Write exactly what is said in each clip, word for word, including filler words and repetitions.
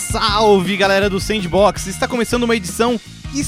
Salve, galera do Sandbox! Está começando uma edição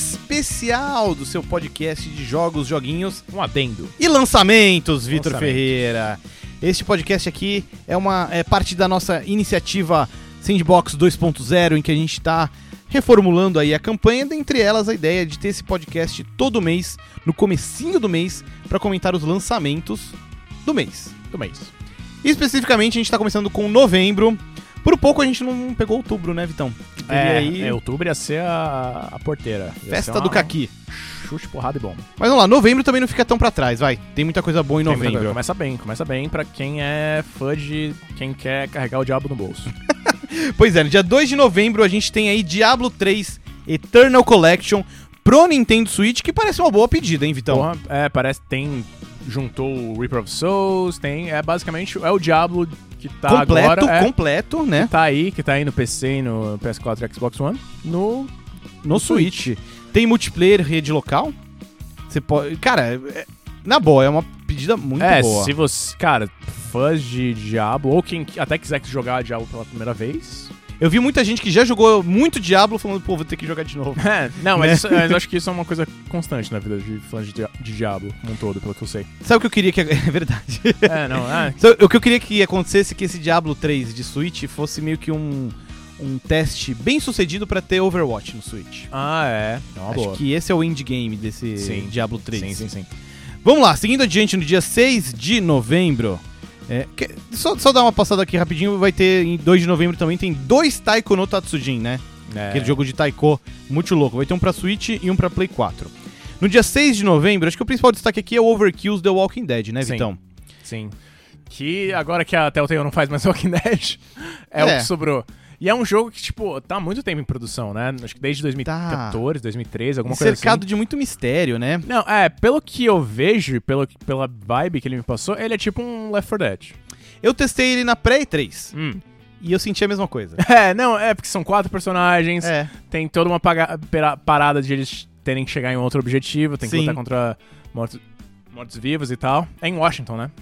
especial do seu podcast de jogos, joguinhos, um adendo e lançamentos, Vitor Lançamento. Ferreira. Este podcast aqui é, uma, é parte da nossa iniciativa Sandbox dois ponto zero, em que a gente está reformulando aí a campanha, dentre elas a ideia de ter esse podcast todo mês, no comecinho do mês, para comentar os lançamentos do mês. do mês. E especificamente a gente está começando com novembro. Por pouco a gente não pegou outubro, né, Vitão? É, aí... é, outubro ia ser a, a porteira. Ia Festa ser uma- do Caqui. Chute, porrada e bomba. Mas vamos lá, novembro também não fica tão pra trás, vai. Tem muita coisa boa em Tem muita novembro. coisa. Começa bem, começa bem pra quem é fã de quem quer carregar o diabo no bolso. Pois é, no dia dois de novembro a gente tem aí Diablo três Eternal Collection pro Nintendo Switch, que parece uma boa pedida, hein, Vitão? Porra, é, parece que tem... Juntou o Reaper of Souls, tem... É basicamente... É o Diablo que tá completo, agora... É, completo, né? tá aí, que tá aí no P C e no P S quatro e Xbox One. No... No Switch. Tem multiplayer, rede local. Você pode... Cara, é- na boa, é uma pedida muito é, boa. se você... Cara, fãs de Diablo, ou quem até quiser jogar Diablo pela primeira vez... Eu vi muita gente que já jogou muito Diablo falando, pô, vou ter que jogar de novo. É, não, mas, Né? isso- mas eu acho que isso é uma coisa constante na vida de fãs de, Dia- de Diablo, como um todo, pelo que eu sei. Sabe o que eu queria que... É verdade. É, não, é. Sabe o que eu queria que acontecesse, que esse Diablo três de Switch fosse meio que um, um teste bem sucedido pra ter Overwatch no Switch. Ah, é. É uma Acho boa. que esse é o endgame desse Sim. Diablo três. Sim, sim, sim. Vamos lá, seguindo adiante no dia seis de novembro. É, que- só, só dar uma passada aqui rapidinho, vai ter em dois de novembro também, tem dois Taiko no Tatsujin, né? É. Aquele jogo de Taiko muito louco. Vai ter um pra Switch e um pra Play quatro. No dia seis de novembro, acho que o principal destaque aqui é o Overkill's The Walking Dead, né, Sim. Vitão? Sim. Que agora que a Telltale não faz mais Walking Dead, é, É. o que sobrou. E é um jogo que, tipo, tá há muito tempo em produção, né? Acho que desde dois mil e quatorze, dois mil e treze, alguma coisa Cercado assim. de muito mistério, né? Não, é, pelo que eu vejo, pelo, pela vibe que ele me passou, ele é tipo um Left four Dead. Eu testei ele na pré-E três Hum. e eu senti a mesma coisa. É, não, é porque são quatro personagens, É. tem toda uma paga- pera- parada de eles terem que chegar em outro objetivo, tem que Sim. lutar contra mortos, mortos-vivos e tal. É em Washington, né?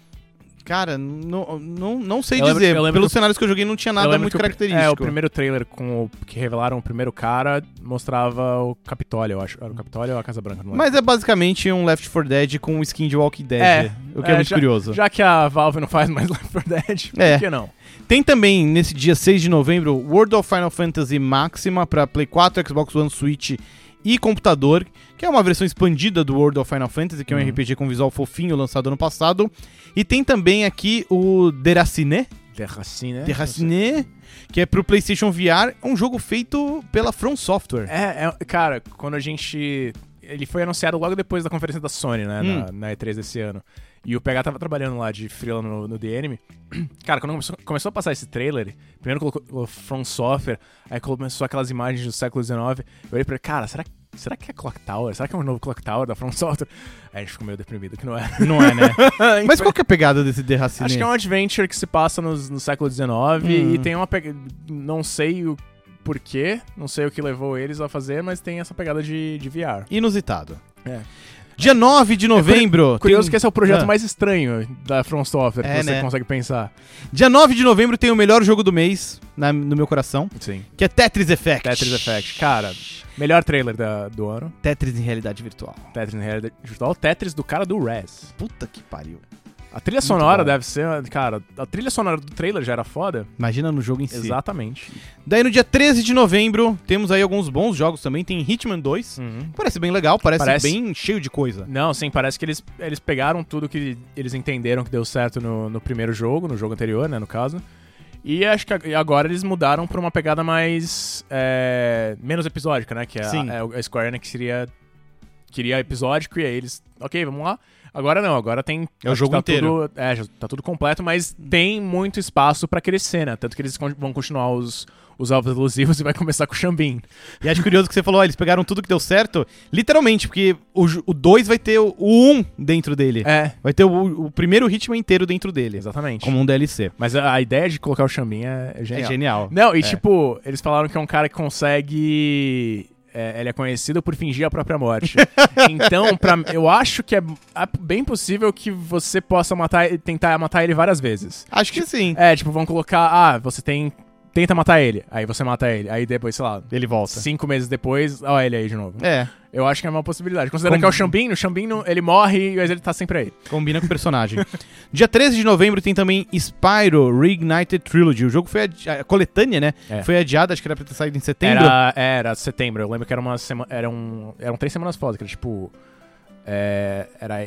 Cara, não, não, não sei Eu lembro- dizer. eu lembro Pelos que- cenários que eu joguei não tinha Eu nada lembro muito que o pri- característico. É, o primeiro trailer com o, que revelaram o primeiro cara mostrava o Capitólio, eu acho. Era o Capitólio ou a Casa Branca, não lembro. Mas é basicamente um Left four Dead com um skin de Walking Dead, É, o que é, é, muito já- curioso. Já que a Valve não faz mais Left four Dead, É. por que não? Tem também, nesse dia seis de novembro, World of Final Fantasy Maxima para Play quatro, Xbox One, Switch e computador, que é uma versão expandida do World of Final Fantasy, que é um Uhum. R P G com visual fofinho, lançado ano passado. E tem também aqui o Déraciné, Terracine, né? Déraciné, que é pro PlayStation V R, um jogo feito pela From Software. É, é, cara, quando a gente... Ele foi anunciado logo depois da conferência da Sony, né, Hum. na, na E três desse ano. E o P H tava trabalhando lá de freela no, no D N M. Cara, quando começou, começou a passar esse trailer, primeiro colocou o From Software, aí começou aquelas imagens do século dezenove, eu olhei pra ele, cara, será, será que é Clock Tower? Será que é um novo Clock Tower da From Software? Aí a gente ficou meio deprimido, que não é. Não é, né? Mas qual que é a pegada desse Déraciné? Acho que é um adventure que se passa nos- no século dezenove Hum. e tem uma pegada... Não sei o porquê, não sei o que levou eles a fazer, mas tem essa pegada de, de V R. Inusitado. É. Dia nove de novembro... Curioso tem- que esse é o projeto Ah. mais estranho da From Software É, que você né? consegue pensar. Dia nove de novembro tem o melhor jogo do mês na- no meu coração, Sim. que é Tetris Effect. Tetris Effect. Cara, melhor trailer da, do ano. Tetris em realidade virtual. Tetris na realidade virtual. Tetris do cara do Rez. Puta que pariu. A trilha sonora bom. deve ser... Cara, a trilha sonora do trailer já era foda. Imagina no jogo em si. Exatamente. Daí no dia treze de novembro temos aí alguns bons jogos também. Tem Hitman dois. Uhum. Parece bem legal, parece, Parece. bem cheio de coisa. Não, sim, parece que eles, eles pegaram tudo que eles entenderam que deu certo no, no primeiro jogo, no jogo anterior, né, no caso. E acho que ag- agora eles mudaram pra uma pegada mais... é, menos episódica, né, que a, Sim. a, a Square Enix queria, queria episódico e aí eles... Ok, vamos lá. Agora não, agora tem... É o acho jogo que tá inteiro. Tudo, é, já tá tudo completo, mas tem muito espaço pra crescer, né? Tanto que eles con- vão continuar os, os alvos elusivos e vai começar com o Xambin. E acho curioso que você falou, ó, eles pegaram tudo que deu certo, literalmente, porque o dois vai ter o um dentro dele. É, Vai ter o, o primeiro Hitman inteiro dentro dele. exatamente. Como um D L C. Mas a, a ideia de colocar o Xambin é, é genial. É genial. Não, e É. tipo, eles falaram que é um cara que consegue... é, ele é conhecido por fingir a própria morte. Então, pra, eu acho que é é bem possível que você possa matar, tentar matar ele várias vezes. Acho que sim. É, tipo, vão colocar... Ah, você tem tenta matar ele. Aí você mata ele. Aí depois, sei lá, Ele volta. cinco meses depois, ó ele aí de novo. É, Eu acho que é uma possibilidade. Considerando Com- que é o Xambin, o Xambin, não- ele morre, mas ele tá sempre aí. combina com o personagem. Dia treze de novembro tem também Spyro Reignited Trilogy. O jogo foi adi- a coletânea, né? É. Foi adiada, acho que era pra ter saído em setembro. Era, era setembro. Eu lembro que era uma sema, era um, eram três semanas fodas, que era tipo... É, era,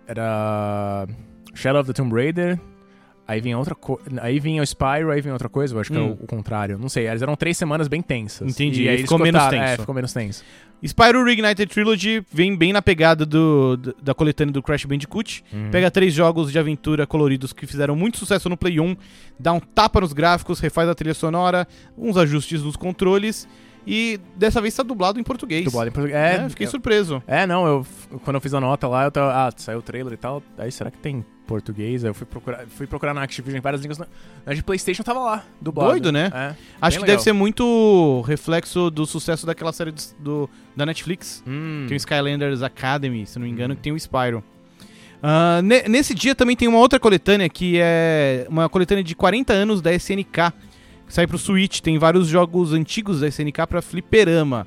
era Shadow of the Tomb Raider, aí vinha outra coisa, aí vinha o Spyro, aí vinha outra coisa, eu acho que Hum. é o, o contrário. Não sei, elas eram três semanas bem tensas. Entendi, E aí aí eles ficou menos cortaram- tenso. É, ficou menos tenso. Spyro Reignited Trilogy vem bem na pegada do, do- da coletânea do Crash Bandicoot. Uhum. Pega três jogos de aventura coloridos que fizeram muito sucesso no Play um, dá um tapa nos gráficos, refaz a trilha sonora, uns ajustes nos controles e dessa vez tá dublado em português. Dublado em português. É, É, fiquei eu- surpreso. É, não, eu quando eu fiz a nota lá, eu tava, ah, saiu o trailer e tal, aí será que tem português? Aí eu fui procurar, fui procurar na Activision em várias línguas, na, na de PlayStation tava lá, dublado. Doido, né? É, Acho bem que legal. deve ser muito reflexo do sucesso daquela série do, do- da Netflix. Hum. Tem o Skylanders Academy, se não me engano, que tem o Spyro. Ah, ne- nesse dia também tem uma outra coletânea, que é uma coletânea de quarenta anos da S N K, que sai pro Switch. Tem vários jogos antigos da S N K pra fliperama.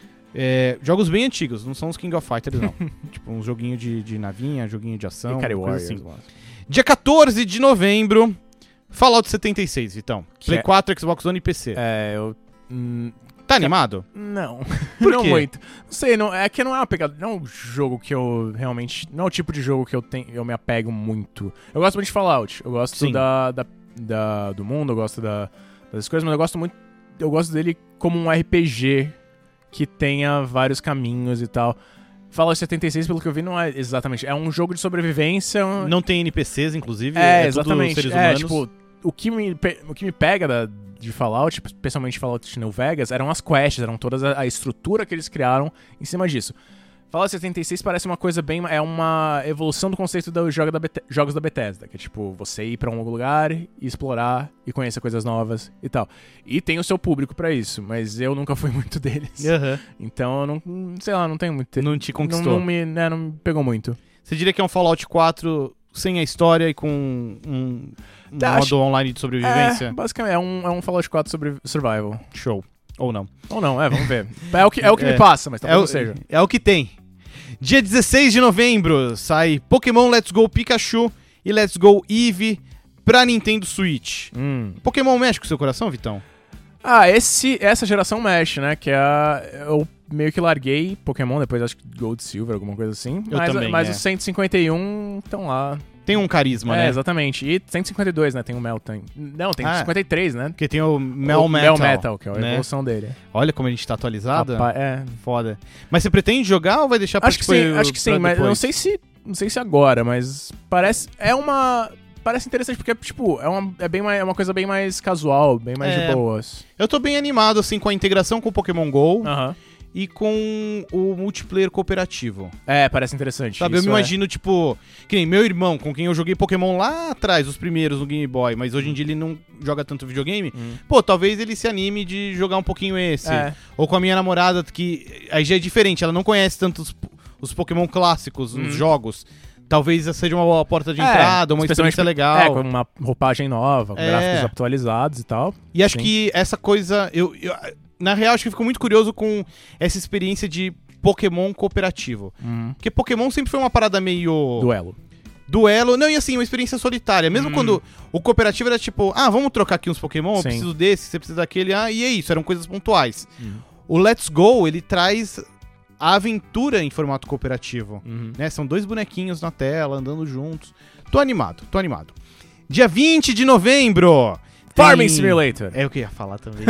É, jogos bem antigos, não são os King of Fighters, não. Tipo, uns joguinhos de, de navinha, joguinho de ação, Ikari coisa Warriors. assim. lá. Dia quatorze de novembro, Fallout setenta e seis, Vitão. Que Play é- quatro, Xbox One e P C. É, eu... hum, Tá animado? Não, Por não quê? muito. Não sei, não, é que não é uma pegada, não é um jogo que eu realmente, não é o tipo de jogo que eu tenho, eu me apego muito. Eu gosto muito de Fallout, eu gosto Sim. da, da, da- do mundo, eu gosto da, das coisas, mas eu gosto muito, eu gosto dele como um R P G que tenha vários caminhos e tal. Fallout setenta e seis, pelo que eu vi, não é exatamente, é um jogo de sobrevivência. Não tem N P Cs, inclusive. É, tudo exatamente. seres É, humanos. tipo, o que me, pe- o que me pega da, de Fallout, especialmente Fallout New Vegas, eram as quests, eram toda a, a estrutura que eles criaram em cima disso. Fallout setenta e seis parece uma coisa bem... É uma evolução do conceito dos jogo da Beth- jogos da Bethesda, que é tipo, você ir pra um lugar e explorar e conhecer coisas novas e tal. E tem o seu público pra isso, mas eu nunca fui muito deles. Aham. Então eu não... Sei lá, não tenho muito... Não te não, conquistou. não, me, né, não me pegou muito. Você diria que é um Fallout quatro sem a história e com um, um Tá, modo acho- online de sobrevivência? É, basicamente, é um, é um Fallout quatro sobre survival. Show. Ou não. Ou não, é, vamos ver. É o que, é o que É. me passa, mas É talvez o, não seja. é o que tem. Dia dezesseis de novembro sai Pokémon Let's Go Pikachu e Let's Go Eevee pra Nintendo Switch. Hum. Pokémon mexe com o seu coração, Vitão? Ah, esse, essa geração mexe, né? Que é a, eu meio que larguei Pokémon, depois acho que Gold Silver, alguma coisa assim. Eu mas também, mas é. os cento e cinquenta e um estão lá. Tem um carisma, é, né? exatamente. E cento e cinquenta e dois, né? Tem o Meltan. Não, tem Ah. cinquenta e três, né? Porque tem o Mel o Metal. Mel Metal, que é a né? evolução dele. Olha como a gente tá atualizado. Rapaz, é. Foda. Mas você pretende jogar ou vai deixar pra Acho que tipo, sim, acho que pra sim, mas eu não depois? sei se. Não sei se agora, mas parece. É uma. Parece interessante, porque, tipo, é uma, é bem mais, é uma coisa bem mais casual, bem mais É. de boas. Eu tô bem animado, assim, com a integração com o Pokémon GO Aham. e com o multiplayer cooperativo. É, parece interessante. Sabe, eu isso me é. imagino, tipo, que nem meu irmão, com quem eu joguei Pokémon lá atrás, os primeiros no Game Boy, mas hoje em dia ele não joga tanto videogame. Hum. Pô, talvez ele se anime de jogar um pouquinho esse. É. Ou com a minha namorada, que aí já é diferente, ela não conhece tanto os, os Pokémon clássicos, Hum. os jogos. Talvez essa seja uma boa porta de É, entrada, uma especialmente experiência legal. É, com uma roupagem nova, com É. gráficos atualizados e tal. E acho Sim. que essa coisa. Eu, eu- na real, acho que eu fico muito curioso com essa experiência de Pokémon cooperativo. Hum. Porque Pokémon sempre foi uma parada meio. Duelo. Duelo. Não, e assim, uma experiência solitária. Mesmo Hum. quando o cooperativo era tipo, ah, vamos trocar aqui uns Pokémon, eu Sim. preciso desse, você precisa daquele, ah, e é isso, eram coisas pontuais. Hum. O Let's Go, ele traz a aventura em formato cooperativo. Uhum. Né? São dois bonequinhos na tela, andando juntos. Tô animado, tô animado. Dia vinte de novembro. Farming tem- Simulator. É o que eu ia falar também.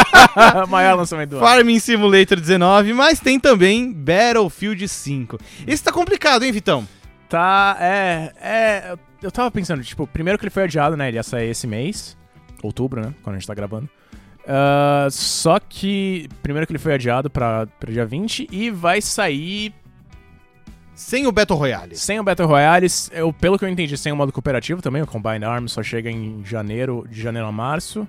Maior lançamento do ano. Farming Simulator dezenove, mas tem também Battlefield cinco. Esse tá complicado, hein, Vitão? Tá, é, é... Eu tava pensando, tipo, primeiro que ele foi adiado, né? Ele ia sair esse mês. Outubro, né? Quando a gente tá gravando. Ah, só que... Primeiro que ele foi adiado pra, pra dia vinte. E vai sair Sem o Battle Royale. sem o Battle Royale. Eu, pelo que eu entendi, sem o modo cooperativo também. O Combined Arms só chega em janeiro, de janeiro a março.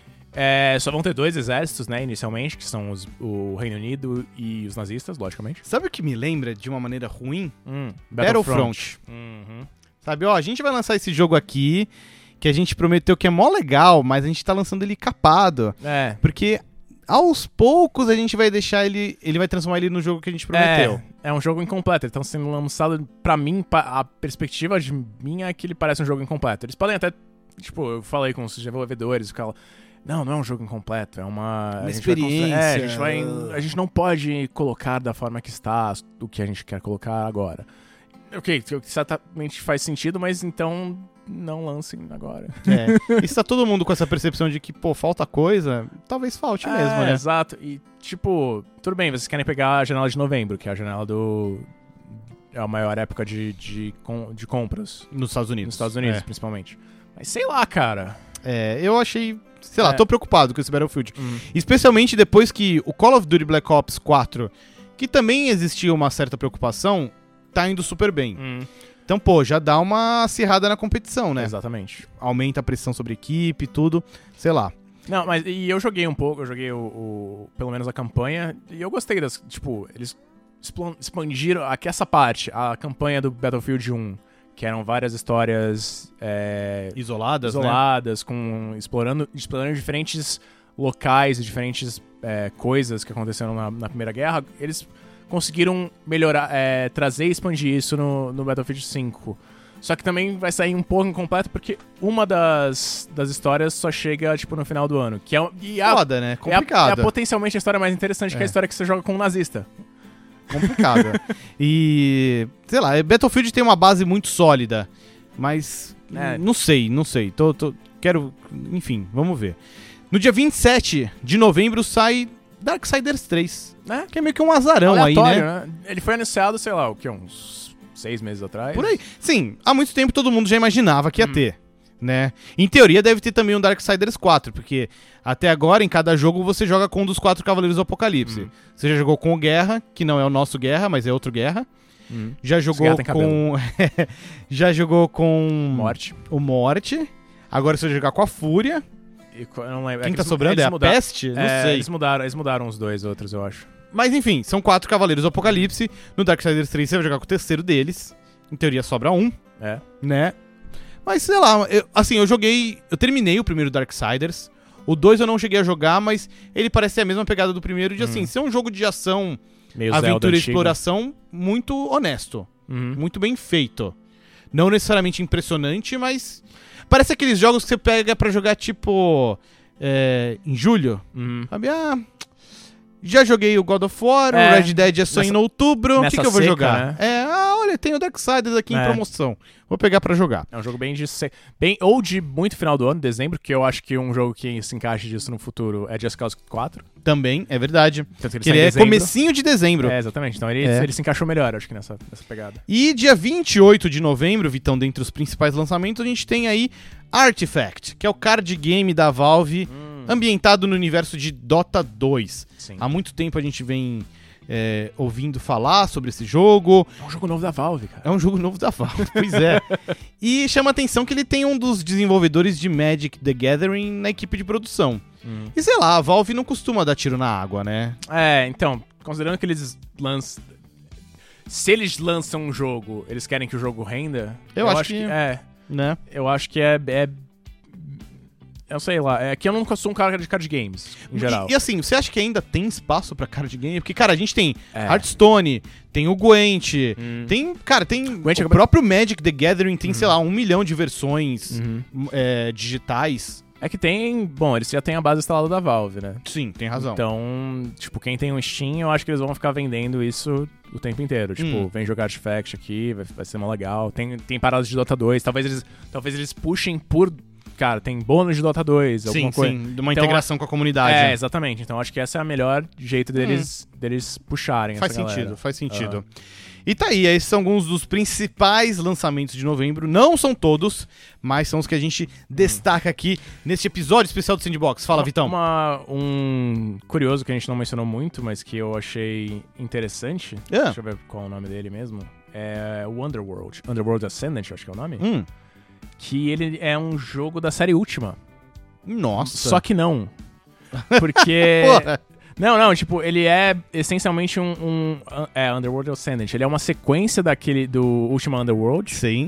É, só vão ter dois exércitos, né, inicialmente, que são os- o Reino Unido e os nazistas, logicamente. Sabe o que me lembra de uma maneira ruim? Hum, Battlefront. Uhum. Sabe, ó, a gente vai lançar esse jogo aqui, que a gente prometeu que é mó legal, mas a gente tá lançando ele capado. É. Porque aos poucos a gente vai deixar ele... Ele vai transformar ele no jogo que a gente prometeu. É, é um jogo incompleto. Ele tá sendo lançado... Pra mim, a perspectiva de mim é que ele parece um jogo incompleto. Eles podem até... Tipo, eu falei com os desenvolvedores e ficava... Não, não é um jogo incompleto. É uma... Uma a gente vai experiência. É, a gente vai... A gente não pode colocar da forma que está o que a gente quer colocar agora. Ok, exatamente faz sentido, mas então... Não lancem agora. É. E se tá todo mundo com essa percepção de que, pô, falta coisa, talvez falte é, mesmo, né? Exato. E, tipo, tudo bem, vocês querem pegar a janela de novembro, que é a janela do... É a maior época de, de, de compras. Nos Estados Unidos. Nos Estados Unidos, é. principalmente. Mas sei lá, cara. É, eu achei... Sei lá, É. tô preocupado com esse Battlefield. Hum. Especialmente depois que o Call of Duty Black Ops quatro, que também existia uma certa preocupação, tá indo super bem. Hum. Então, pô, já dá uma acirrada na competição, né? Exatamente. Aumenta a pressão sobre a equipe e tudo, sei lá. Não, mas e eu joguei um pouco, eu joguei o, o- pelo menos a campanha, e eu gostei das, tipo, eles explan- expandiram aqui essa parte, a campanha do Battlefield um, que eram várias histórias é, Isoladas, né? isoladas, com, explorando, explorando diferentes locais e diferentes é, coisas que aconteceram na, na Primeira Guerra, eles conseguiram melhorar, é, trazer e expandir isso no, no Battlefield cinco. Só que também vai sair um pouco incompleto, porque uma das, das histórias só chega, tipo, no final do ano. Que é, e a, Foda, né? é, a, é Complicado. a potencialmente a história mais interessante, que é É. a história que você joga com um nazista. Complicado. E, sei lá, Battlefield tem uma base muito sólida, mas É. não sei, não sei. Tô, tô- quero, enfim, vamos ver. No dia vinte e sete de novembro sai Darksiders três, Né? que é meio que um azarão aí, Aleatório, né? né? Ele foi anunciado, sei lá, o que, uns seis meses atrás? Por aí. Sim, há muito tempo todo mundo já imaginava que ia Hum. ter, né? Em teoria deve ter também um Darksiders quatro, porque até agora em cada jogo você joga com um dos quatro Cavaleiros do Apocalipse. Hum. Você já jogou com o Guerra, que não é o nosso Guerra, mas é outro Guerra. Hum. Já jogou Guerra tem com já jogou com Morte. o Morte. Agora você vai jogar com a Fúria. E, co- eu não lembro. Quem É que tá eles- sobrando eles é a mudaram- Peste? Não É, sei. Eles mudaram, eles mudaram os dois outros, eu acho. Mas enfim, são quatro Cavaleiros do Apocalipse. No Darksiders três você vai jogar com o terceiro deles. Em teoria sobra um, É. né? Mas sei lá, eu- assim, eu joguei. Eu terminei o primeiro Darksiders. O dois eu não cheguei a jogar, mas ele parece ser a mesma pegada do primeiro. De assim, Hum. ser um jogo de ação, Meio Zelda aventura e antigo. exploração muito honesto. Uhum. Muito bem feito. Não necessariamente impressionante, mas parece aqueles jogos que você pega pra jogar tipo é, em julho. Uhum. Sabe? Ah, já joguei o God of War, É, o Red Dead é só nessa- em outubro, o que, nessa que eu vou seca, jogar? né? É, ah, olha, tem o Darksiders aqui em É. promoção. Vou pegar pra jogar. É um jogo bem de... Se... bem ou de muito final do ano, dezembro, que eu acho que um jogo que se encaixa disso no futuro é Just Cause quatro. Também, é verdade. Tanto que ele Que sai ele em é dezembro. comecinho de dezembro. É, exatamente. Então ele, É. ele se encaixou melhor, acho que nessa, nessa pegada. E dia vinte e oito de novembro, Vitão, dentre os principais lançamentos, a gente tem aí Artifact, que é o card game da Valve, ambientado no universo de Dota dois. Sim. Há muito tempo a gente vem é, ouvindo falar sobre esse jogo. É um jogo novo da Valve, cara. É um jogo novo da Valve, pois é. E chama a atenção que ele tem um dos desenvolvedores de Magic the Gathering na equipe de produção. Hum. E sei lá, a Valve não costuma dar tiro na água, né? É, então, considerando que eles lançam... Se eles lançam um jogo, eles querem que o jogo renda... Eu acho que- É, né? eu acho que é... é... Eu sei lá, é que eu não sou um cara de card games, em geral. E, e assim, você acha que ainda tem espaço pra card game? Porque, cara, a gente tem É. Hearthstone, tem o Gwent, Hum. tem, cara, tem Gwent o é- próprio Magic the Gathering, tem, sei lá, um milhão de versões Uhum. é, digitais. É que tem... Bom, eles já têm a base instalada da Valve, né? Sim, tem razão. Então, tipo, quem tem um Steam, eu acho que eles vão ficar vendendo isso o tempo inteiro. Tipo, Hum. vem jogar Artifact aqui, vai, vai ser mó legal. Tem, tem paradas de Dota dois, talvez eles, talvez eles puxem por... Cara, tem bônus de Dota dois, sim, alguma coisa. sim, de uma Então, integração com a comunidade. É, exatamente. Então acho que esse é o melhor jeito deles, deles puxarem Faz essa sentido, galera. faz sentido. E tá aí, esses são alguns dos principais lançamentos de novembro. Não são todos, mas são os que a gente destaca aqui neste episódio especial do Sandbox. Fala, Vitão. Uma, um curioso que a gente não mencionou muito, mas que eu achei interessante. É. Deixa eu ver qual é o nome dele mesmo. É o Underworld. Underworld Ascendant, acho que é o nome. Hum, Que ele é um jogo da série Última. nossa. Só que não. Porque... Porra. Não, não, tipo, ele é essencialmente um, um... É, Underworld Ascendant. Ele é uma sequência daquele... Do Ultima Underworld. Sim.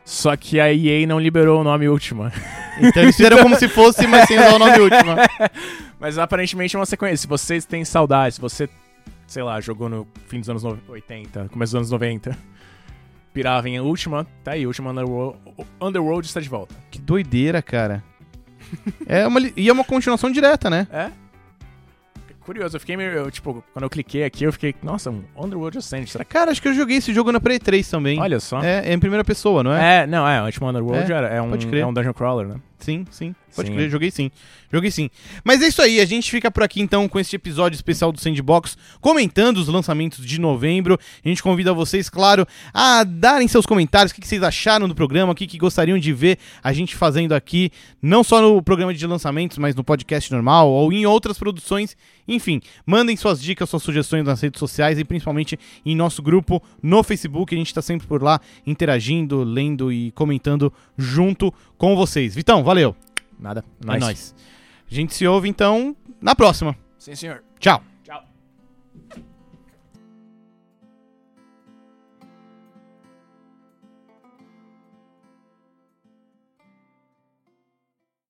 Só que a E A não liberou o nome Ultima. Então eles fizeram como se fosse, mas sem usar o nome Ultima. Mas aparentemente é uma sequência. Se vocês têm saudade, se você, sei lá, jogou no fim dos anos oitenta, começo dos anos noventa, pirava em Ultima, tá aí, Ultima Underworld, Underworld está de volta. Que doideira, cara. É uma, e é uma continuação direta, né? É? Curioso, eu fiquei meio, eu, tipo, quando eu cliquei aqui, eu fiquei, nossa, um Underworld Ascent, será que... Cara, acho que eu joguei esse jogo na Play três também. Ultima? Olha só. É, é em primeira pessoa, não é? É, não, é, o Ultima Underworld É, era, é, um, pode crer. é um dungeon crawler, né? Sim, sim. Pode Sim. crer, joguei sim. Joguei sim. Mas é isso aí, a gente fica por aqui então com este episódio especial do Sandbox, comentando os lançamentos de novembro. A gente convida vocês, claro, a darem seus comentários, o que vocês acharam do programa, o que gostariam de ver a gente fazendo aqui, não só no programa de lançamentos, mas no podcast normal ou em outras produções. Enfim, mandem suas dicas, suas sugestões nas redes sociais e principalmente em nosso grupo no Facebook. A gente tá sempre por lá interagindo, lendo e comentando junto com vocês. Vitão, valeu! Nada. É nóis. A gente se ouve então na próxima. Sim, senhor. Tchau!